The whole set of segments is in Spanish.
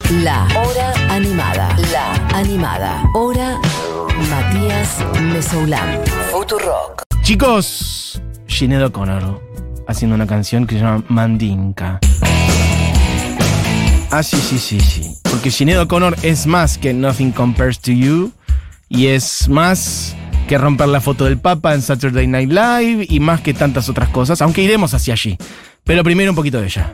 La Hora Animada. La Animada. Hora Matías Mesoulán. Futurock. Chicos, Sinéad O'Connor haciendo una canción que se llama Mandinka. Ah, sí. Porque Sinéad O'Connor es más que Nothing Compares to You. Y es más que romper la foto del Papa en Saturday Night Live. Y más que tantas otras cosas. Aunque iremos hacia allí. Pero primero un poquito de ella.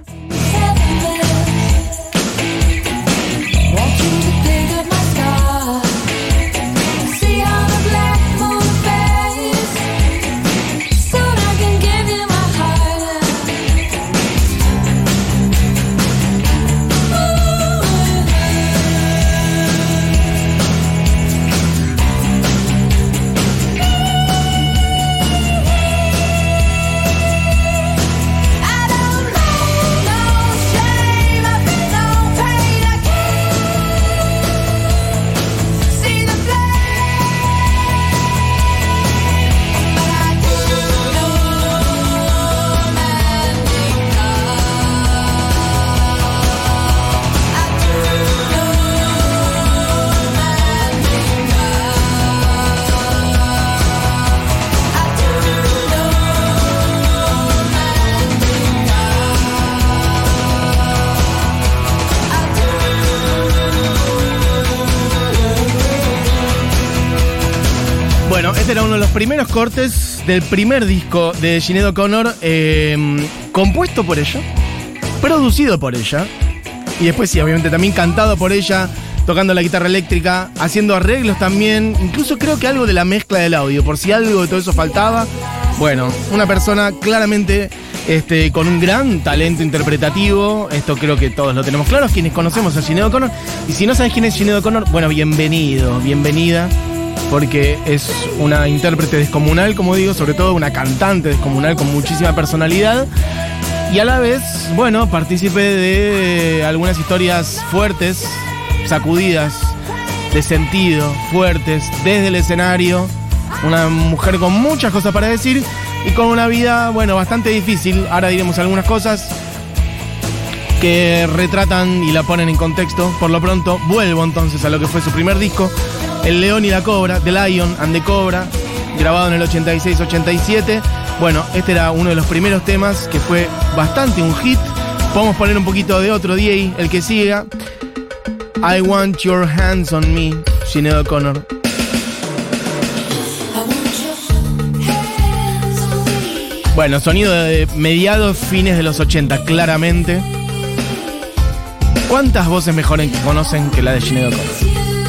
Bueno, este era uno de los primeros cortes del primer disco de Sinéad O'Connor, compuesto por ella, producido por ella, y después sí, obviamente también cantado por ella, tocando la guitarra eléctrica, haciendo arreglos también, incluso creo que algo de la mezcla del audio, por si algo de todo eso faltaba. Bueno, una persona claramente con un gran talento interpretativo, esto creo que todos lo tenemos claro, quienes conocemos a Sinéad O'Connor, y si no sabes quién es Sinéad O'Connor, bueno, bienvenido, bienvenida. Porque es una intérprete descomunal, como digo, sobre todo una cantante descomunal con muchísima personalidad. Y a la vez, bueno, partícipe de algunas historias fuertes, sacudidas, de sentido, fuertes, desde el escenario. Una mujer con muchas cosas para decir y con una vida, bueno, bastante difícil. Ahora diremos algunas cosas que retratan y la ponen en contexto. Por lo pronto, vuelvo entonces a lo que fue su primer disco, El León y la Cobra, The Lion and the Cobra, grabado en el 86-87. Bueno, este era uno de los primeros temas que fue bastante un hit. Podemos poner un poquito de otro DJ, el que siga. I Want Your Hands on Me, Sinéad O'Connor. Bueno, sonido de mediados, fines de los 80, claramente. ¿Cuántas voces mejores que conocen que la de Sinéad O'Connor?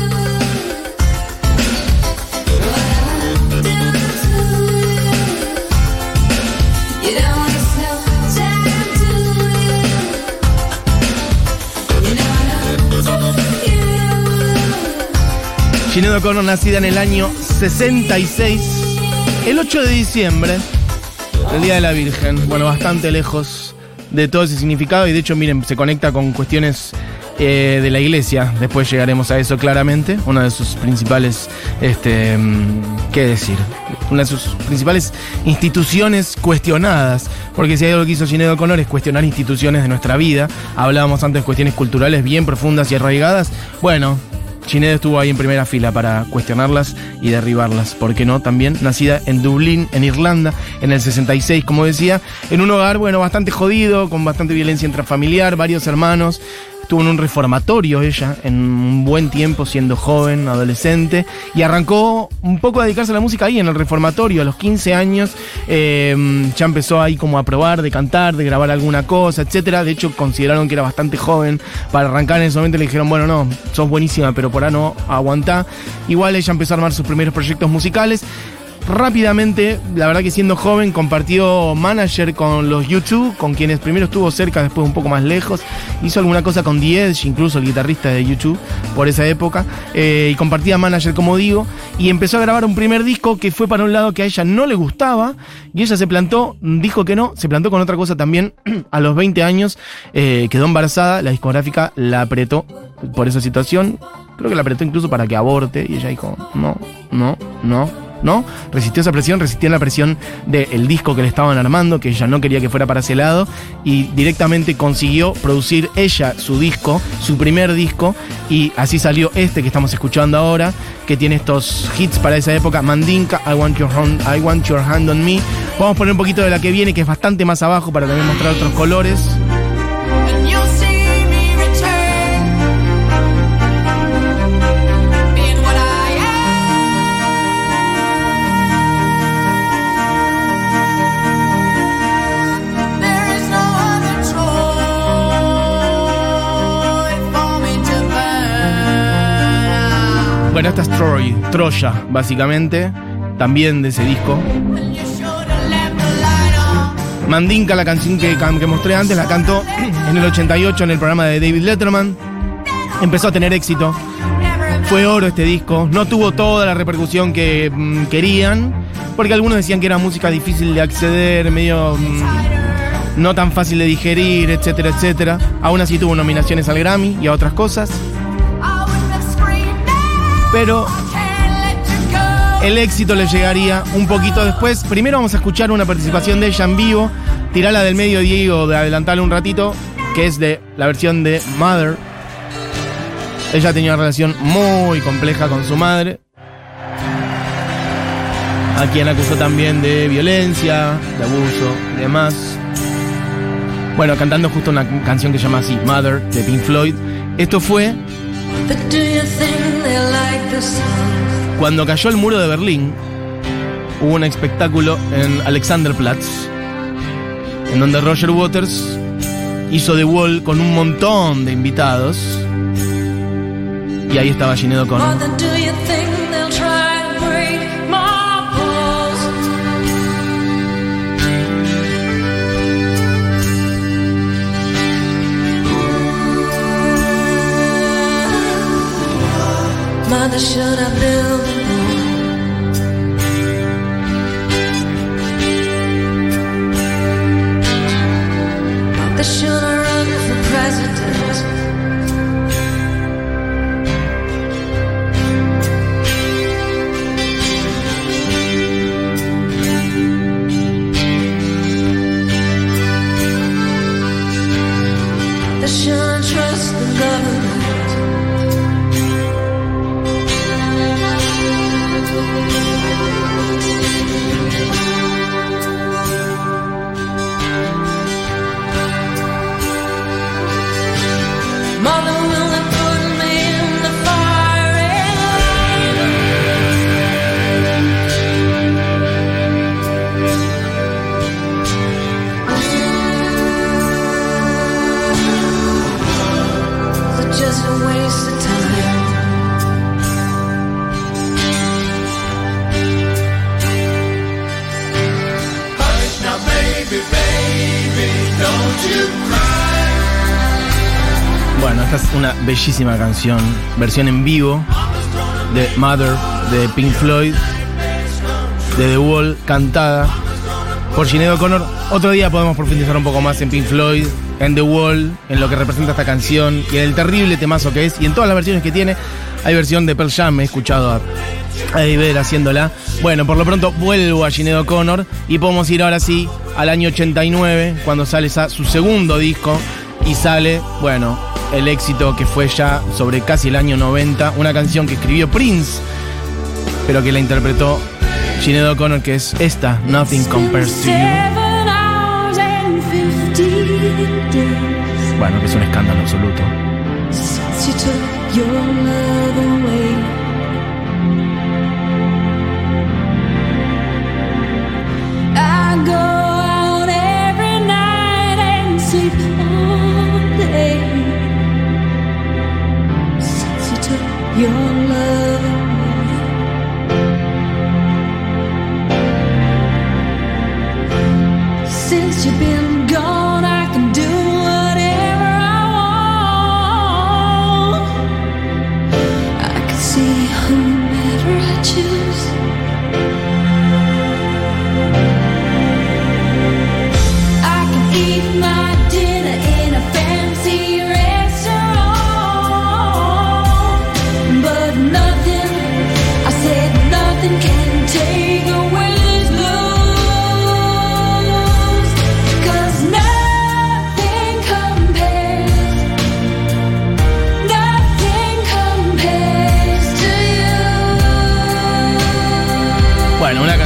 Sinéad O'Connor, nacida en el año 66, el 8 de diciembre, el Día de la Virgen. Bueno, bastante lejos de todo ese significado y de hecho, miren, se conecta con cuestiones de la iglesia. Después llegaremos a eso claramente. Una de sus principales, ¿qué decir? Una de sus principales instituciones cuestionadas. Porque si hay algo que hizo Sinéad O'Connor es cuestionar instituciones de nuestra vida. Hablábamos antes de cuestiones culturales bien profundas y arraigadas. Bueno, Sinéad estuvo ahí en primera fila para cuestionarlas y derribarlas. ¿Por qué no? También nacida en Dublín, en Irlanda, en el 66, como decía, en un hogar, bueno, bastante jodido, con bastante violencia intrafamiliar, varios hermanos. Estuvo en un reformatorio ella en un buen tiempo, siendo joven, adolescente, y arrancó un poco a dedicarse a la música ahí en el reformatorio. A los 15 años ya empezó ahí como a probar de cantar, de grabar alguna cosa, etcétera. De hecho, consideraron que era bastante joven para arrancar en ese momento. Le dijeron, bueno, no, sos buenísima, pero por ahora no, aguantá. Igual ella empezó a armar sus primeros proyectos musicales. Rápidamente, la verdad que siendo joven, compartió manager con los U2, con quienes primero estuvo cerca, después un poco más lejos. Hizo alguna cosa con The Edge, incluso el guitarrista de U2, por esa época. Y compartía manager, como digo. Y empezó a grabar un primer disco que fue para un lado que a ella no le gustaba. Y ella se plantó, dijo que no, se plantó con otra cosa también. A los 20 años quedó embarazada, la discográfica la apretó por esa situación. Creo que la apretó incluso para que aborte. Y ella dijo, no. ¿no? Resistió esa presión, resistió la presión del disco que le estaban armando, que ella no quería que fuera para ese lado, y directamente consiguió producir ella su disco, su primer disco, y así salió este que estamos escuchando ahora, que tiene estos hits para esa época: Mandinka, I Want Your Hand on Me. Vamos a poner un poquito de la que viene, que es bastante más abajo, para también mostrar otros colores. Bueno, esta es Troya, básicamente, también de ese disco. Mandinka, la canción que mostré antes, la cantó en el 88 en el programa de David Letterman. Empezó a tener éxito. Fue oro este disco. No tuvo toda la repercusión que querían, porque algunos decían que era música difícil de acceder, medio no tan fácil de digerir, etcétera, etcétera. Aún así tuvo nominaciones al Grammy y a otras cosas. Pero el éxito le llegaría un poquito después. Primero vamos a escuchar una participación de ella en vivo. Tirala del medio, Diego, de adelantarle un ratito, que es de la versión de Mother. Ella tenía una relación muy compleja con su madre, a quien acusó también de violencia, de abuso y demás. Bueno, cantando justo una canción que se llama así, Mother, de Pink Floyd. Esto fue cuando cayó el muro de Berlín. Hubo un espectáculo en Alexanderplatz, en donde Roger Waters hizo The Wall con un montón de invitados, y ahí estaba Sinéad O'Connor. Mother, should I build a wall? Mother, should I run for president? Mother, should I trust the government? Bueno, esta es una bellísima canción, versión en vivo de Mother de Pink Floyd, de The Wall, cantada por Sinéad O'Connor. Otro día podemos profundizar un poco más en Pink Floyd, en The Wall, en lo que representa esta canción y en el terrible temazo que es, y en todas las versiones que tiene. Hay versión de Pearl Jam, he escuchado a Eddie Vedder haciéndola. Bueno, por lo pronto vuelvo a Sinéad O'Connor y podemos ir ahora sí al año 89, cuando sale su segundo disco, y sale, bueno, el éxito que fue ya sobre casi el año 90, una canción que escribió Prince, pero que la interpretó Sinéad O'Connor, que es esta, Nothing Compares to You. Bueno, que es un escándalo absoluto. Your love away. Since you've been gone, I can do whatever I want. I can see whomever I choose. I can eat my dinner in a fancy restaurant, but nothing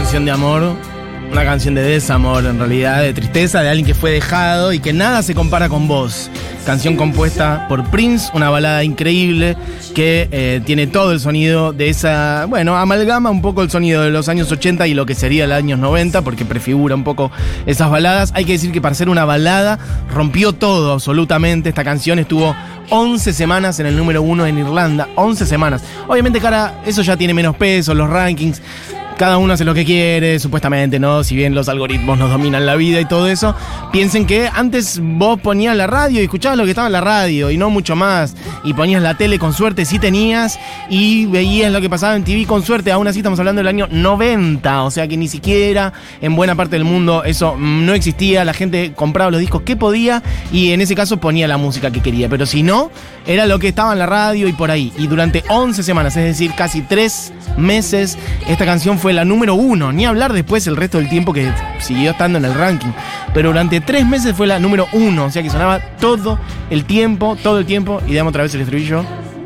canción de amor, una canción de desamor en realidad, de tristeza, de alguien que fue dejado y que nada se compara con vos. Canción compuesta por Prince, una balada increíble que tiene todo el sonido de esa, bueno, amalgama un poco el sonido de los años 80 y lo que sería el años 90, porque prefigura un poco esas baladas. Hay que decir que para ser una balada rompió todo absolutamente. Esta canción estuvo 11 semanas en el número 1 en Irlanda, 11 semanas. Obviamente, cara, eso ya tiene menos peso, los rankings. Cada uno hace lo que quiere, supuestamente, ¿no? Si bien los algoritmos nos dominan la vida y todo eso, piensen que antes vos ponías la radio y escuchabas lo que estaba en la radio y no mucho más. Y ponías la tele con suerte, sí tenías, y veías lo que pasaba en TV con suerte. Aún así estamos hablando del año 90, o sea que ni siquiera en buena parte del mundo eso no existía. La gente compraba los discos que podía y en ese caso ponía la música que quería. Pero si no, era lo que estaba en la radio y por ahí. Y durante 11 semanas, es decir, casi 3 meses, esta canción fue la número 1, ni hablar después el resto del tiempo que siguió estando en el ranking. Pero durante 3 meses fue la número 1, o sea que sonaba todo el tiempo, y damos otra vez el estribillo.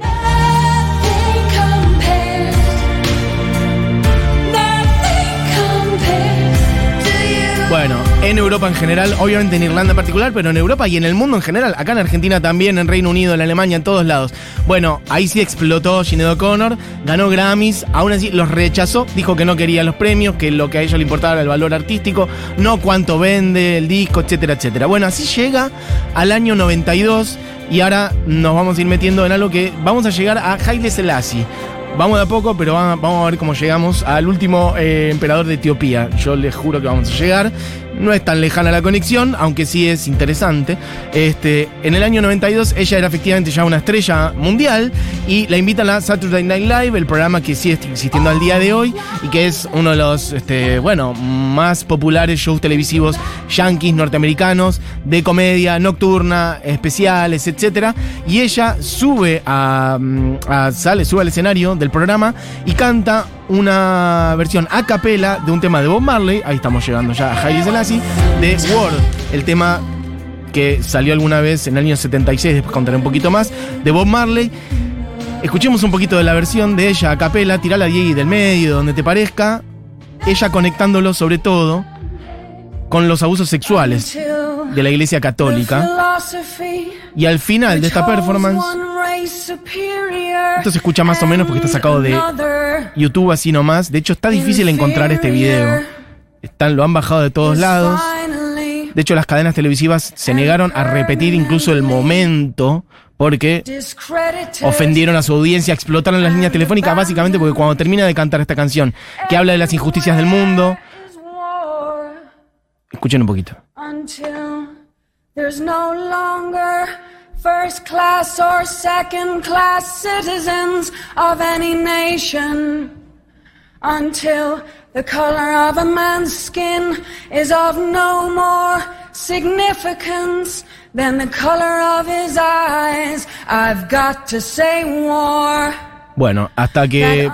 Bueno, en Europa en general, obviamente en Irlanda en particular, pero en Europa y en el mundo en general, acá en Argentina también, en Reino Unido, en Alemania, en todos lados. Bueno, ahí sí explotó Sinéad O'Connor, ganó Grammys, aún así los rechazó, dijo que no quería los premios, que lo que a ella le importaba era el valor artístico, no cuánto vende el disco, etcétera, etcétera. Bueno, así llega al año 92 y ahora nos vamos a ir metiendo en algo que vamos a llegar a Haile Selassie. Vamos de a poco, pero vamos a ver cómo llegamos al último emperador de Etiopía. Yo les juro que vamos a llegar. No es tan lejana la conexión, aunque sí es interesante. En el año 92 ella era efectivamente ya una estrella mundial y la invitan a Saturday Night Live, el programa que sigue existiendo al día de hoy y que es uno de los más populares shows televisivos yanquis norteamericanos de comedia nocturna, especiales, etc. Y ella sube sube al escenario del programa y canta una versión a capela de un tema de Bob Marley. Ahí estamos llegando ya a Haile Selassie, de World, el tema que salió alguna vez en el año 76, después contaré un poquito más, de Bob Marley. Escuchemos un poquito de la versión de ella a capela, tirala Diego del medio, donde te parezca, ella conectándolo sobre todo con los abusos sexuales de la Iglesia Católica. Y al final de esta performance, esto se escucha más o menos porque está sacado de YouTube así nomás. De hecho está difícil encontrar este video. Lo han bajado de todos lados. De hecho las cadenas televisivas se negaron a repetir incluso el momento porque ofendieron a su audiencia, explotaron las líneas telefónicas, básicamente porque cuando termina de cantar esta canción que habla de las injusticias del mundo, escuchen un poquito. There's no longer first class or second class citizens of any nation until the color of a man's skin is of no more significance than the color of his eyes. I've got to say war. Bueno, hasta que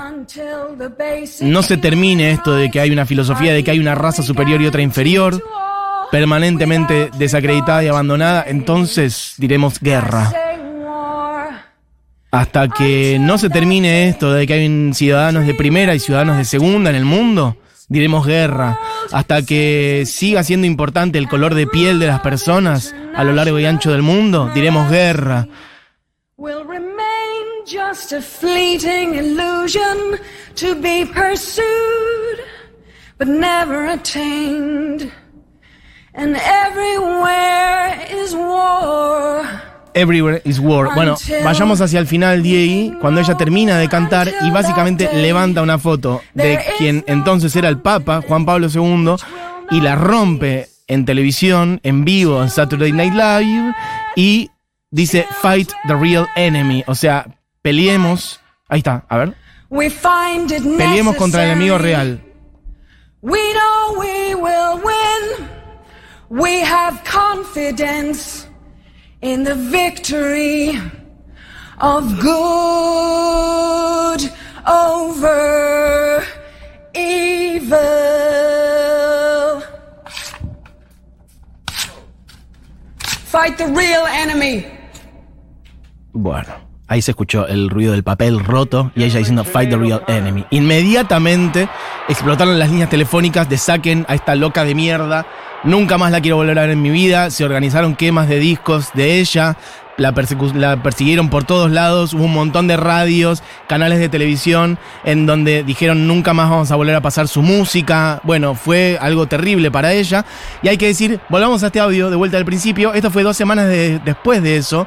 no se termine esto de que hay una filosofía de que hay una raza superior y otra inferior, permanentemente desacreditada y abandonada, entonces diremos guerra. Hasta que no se termine esto de que hay ciudadanos de primera y ciudadanos de segunda en el mundo, diremos guerra. Hasta que siga siendo importante el color de piel de las personas a lo largo y ancho del mundo, diremos guerra. Just a fleeting illusion to be pursued, but never attained. And everywhere is war. Everywhere is war. Bueno, vayamos hacia el final, Diego, cuando ella termina de cantar y básicamente levanta una foto de quien entonces era el Papa, Juan Pablo II, y la rompe en televisión, en vivo, en Saturday Night Live, y dice Fight the Real Enemy, o sea, peleemos, ahí está, a ver, peleemos contra el enemigo real. We know we will win. We have confidence in the victory of good over evil. Fight the real enemy. Bueno, ahí se escuchó el ruido del papel roto y ella diciendo "Fight the real enemy". Inmediatamente explotaron las líneas telefónicas de "saquen a esta loca de mierda, nunca más la quiero volver a ver en mi vida". Se organizaron quemas de discos de ella, la persiguieron por todos lados, hubo un montón de radios, canales de televisión en donde dijeron nunca más vamos a volver a pasar su música. Bueno, fue algo terrible para ella. Y hay que decir, volvamos a este audio de vuelta al principio, esto fue 2 semanas después de eso.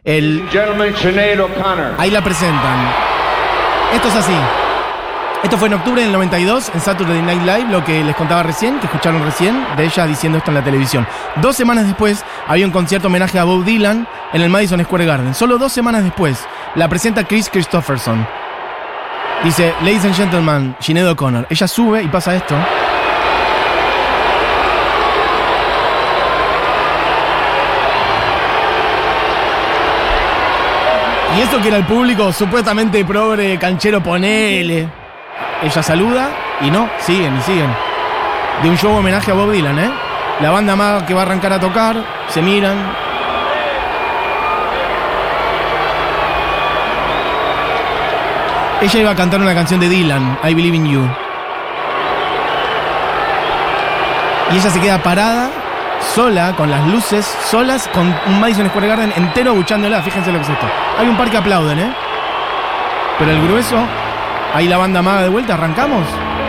Ahí la presentan. Esto es así. Esto fue en octubre del 92 en Saturday Night Live, lo que les contaba recién, que escucharon recién, de ella diciendo esto en la televisión. 2 semanas después había un concierto homenaje a Bob Dylan en el Madison Square Garden. Solo 2 semanas después la presenta Chris Christopherson. Dice, "Ladies and gentlemen, Sinéad O'Connor". Ella sube y pasa esto. Y esto que era el público supuestamente progre, canchero, ponele. Ella saluda y no, siguen y siguen. De un show homenaje a Bob Dylan, ¿eh? La banda más que va a arrancar a tocar, se miran. Ella iba a cantar una canción de Dylan, "I Believe in You". Y ella se queda parada, sola, con las luces, solas, con un Madison Square Garden entero abuchándola. Fíjense lo que es esto. Hay un par que aplauden, ¿eh? Pero el grueso... Ahí la banda maga de vuelta, ¿arrancamos?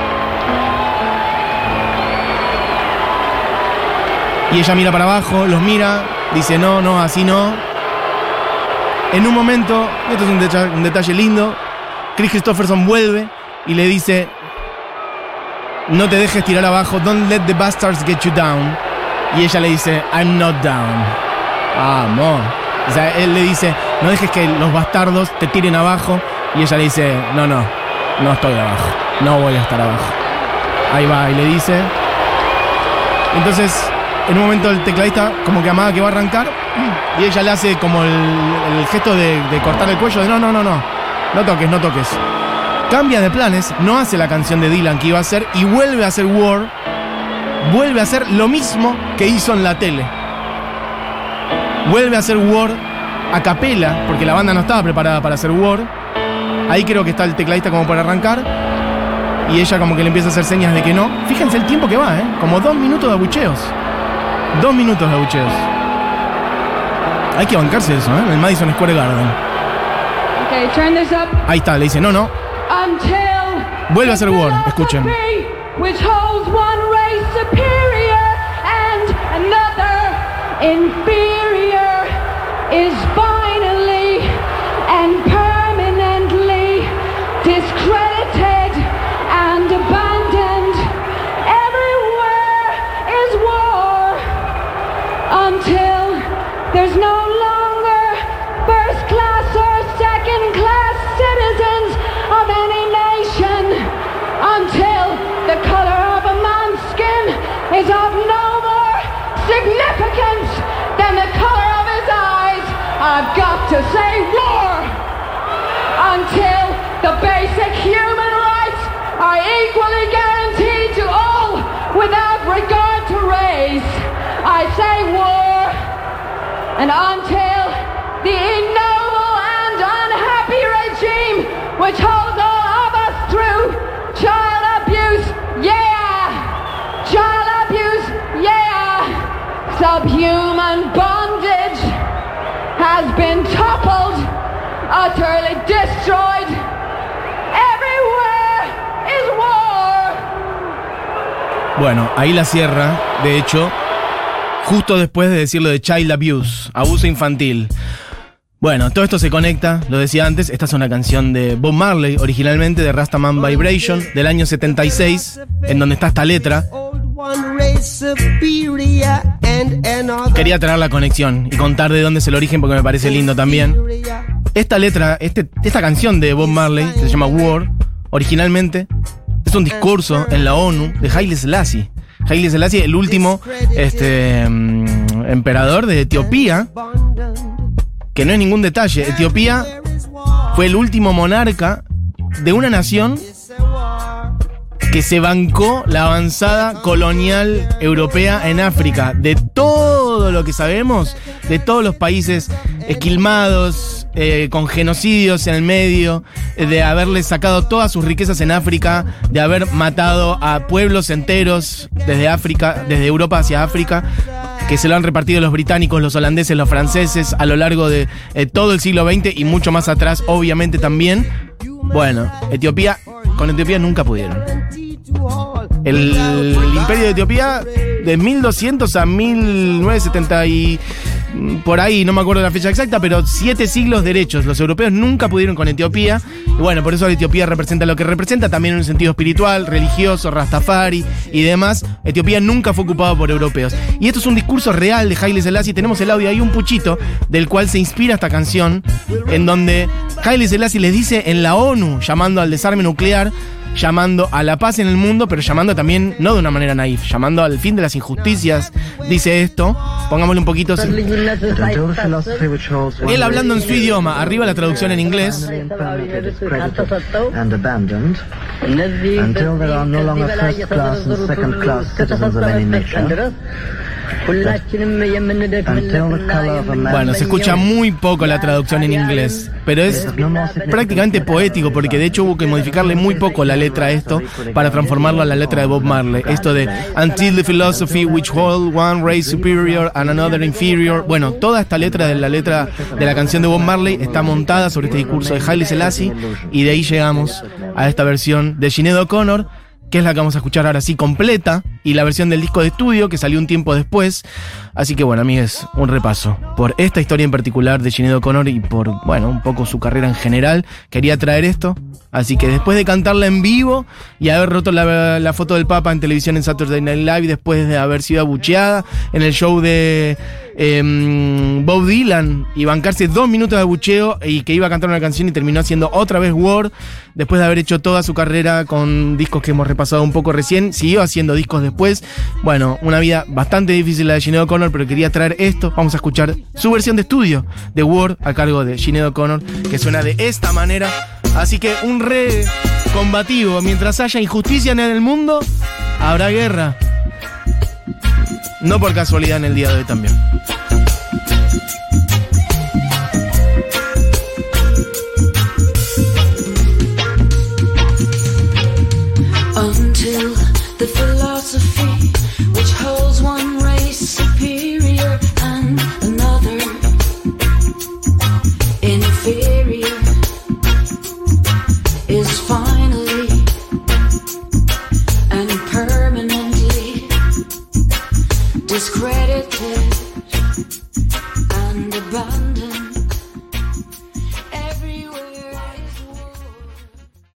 Y ella mira para abajo, los mira, dice no, no, así no. En un momento, esto es un detalle lindo, Chris Christopherson vuelve y le dice, "No te dejes tirar abajo, don't let the bastards get you down". Y ella le dice, "I'm not down". Amor. O sea, él le dice, "No dejes que los bastardos te tiren abajo". Y ella le dice, "No, no, no estoy abajo, no voy a estar abajo". Ahí va y le dice. Entonces, en un momento el tecladista como que amaba que va a arrancar y ella le hace como el gesto de cortar el cuello de no, no, no, no, no toques, no toques. Cambia de planes, no hace la canción de Dylan que iba a hacer y vuelve a hacer War. Vuelve a hacer lo mismo que hizo en la tele. Vuelve a hacer War a capela, porque la banda no estaba preparada para hacer War. Ahí creo que está el tecladista como para arrancar. Y ella como que le empieza a hacer señas de que no. Fíjense el tiempo que va, como 2 minutos de abucheos. 2 minutos de abucheos. Hay que bancarse eso, en el Madison Square Garden. Okay, turn this up. Ahí está, le dice no, no. Vuelve a hacer War, escuchen. Which holds one race superior and another inferior is finally and permanently discredited and abandoned. Everywhere is war until there's no longer first class or second class citizens of any nation, until the color of a man's skin is of no more significance than the color of his eyes. I've got to say war until the basic human rights are equally guaranteed to all without regard to race. I say war, and until the ignoble and unhappy regime which holds all of us through child abuse, yeah! Child abuse, yeah! Subhuman bondage has been toppled, utterly destroyed. Everywhere is war. Bueno, ahí la cierra, de hecho, justo después de decir lo de child abuse, abuso infantil. Bueno, todo esto se conecta, lo decía antes, esta es una canción de Bob Marley, originalmente de Rastaman Vibration, del año 76, en donde está esta letra. Quería traer la conexión y contar de dónde es el origen porque me parece lindo también. Esta letra, esta canción de Bob Marley, que se llama War, originalmente es un discurso en la ONU de Haile Selassie. Haile Selassie, el último emperador de Etiopía, que no es ningún detalle. Etiopía fue el último monarca de una nación que se bancó la avanzada colonial europea en África. De todo lo que sabemos, de todos los países esquilmados, con genocidios en el medio, de haberle sacado todas sus riquezas en África, de haber matado a pueblos enteros desde África, desde Europa hacia África, que se lo han repartido los británicos, los holandeses, los franceses a lo largo de todo el siglo XX y mucho más atrás, obviamente también. Bueno, con Etiopía nunca pudieron. El imperio de Etiopía, de 1200 a 1970 y por ahí, no me acuerdo la fecha exacta, pero 7 siglos derechos. Los europeos nunca pudieron con Etiopía. Y bueno, por eso Etiopía representa lo que representa, también en un sentido espiritual, religioso, rastafari y demás. Etiopía nunca fue ocupado por europeos. Y esto es un discurso real de Haile Selassie. Tenemos el audio ahí, un puchito, del cual se inspira esta canción, en donde Haile Selassie les dice en la ONU, llamando al desarme nuclear, llamando a la paz en el mundo, pero llamando también, no de una manera naif, llamando al fin de las injusticias. Dice esto, pongámosle un poquito. Él hablando en su idioma, arriba la traducción en inglés. Bueno, se escucha muy poco la traducción en inglés, pero es prácticamente poético, porque de hecho hubo que modificarle muy poco la letra a esto para transformarlo a la letra de Bob Marley. Esto de Until the philosophy which hold one race superior and another inferior. Bueno, toda esta letra de la canción de Bob Marley está montada sobre este discurso de Haile Selassie, y de ahí llegamos a esta versión de Sinéad O'Connor, que es la que vamos a escuchar ahora sí completa, y la versión del disco de estudio que salió un tiempo después. Así que bueno, amigues, un repaso por esta historia en particular de Sinéad O'Connor y por, bueno, un poco su carrera en general. Quería traer esto, así que después de cantarla en vivo y haber roto la foto del Papa en televisión en Saturday Night Live, después de haber sido abucheada en el show de Bob Dylan y bancarse 2 minutos de abucheo, y que iba a cantar una canción y terminó haciendo otra vez War, después de haber hecho toda su carrera con discos que hemos repasado un poco recién, siguió haciendo discos después. Bueno, una vida bastante difícil la de Sinéad O'Connor, pero quería traer esto. Vamos a escuchar su versión de estudio de War a cargo de Sinéad O'Connor, que suena de esta manera. Así que un re combativo. Mientras haya injusticia en el mundo, habrá guerra. No por casualidad en el día de hoy también.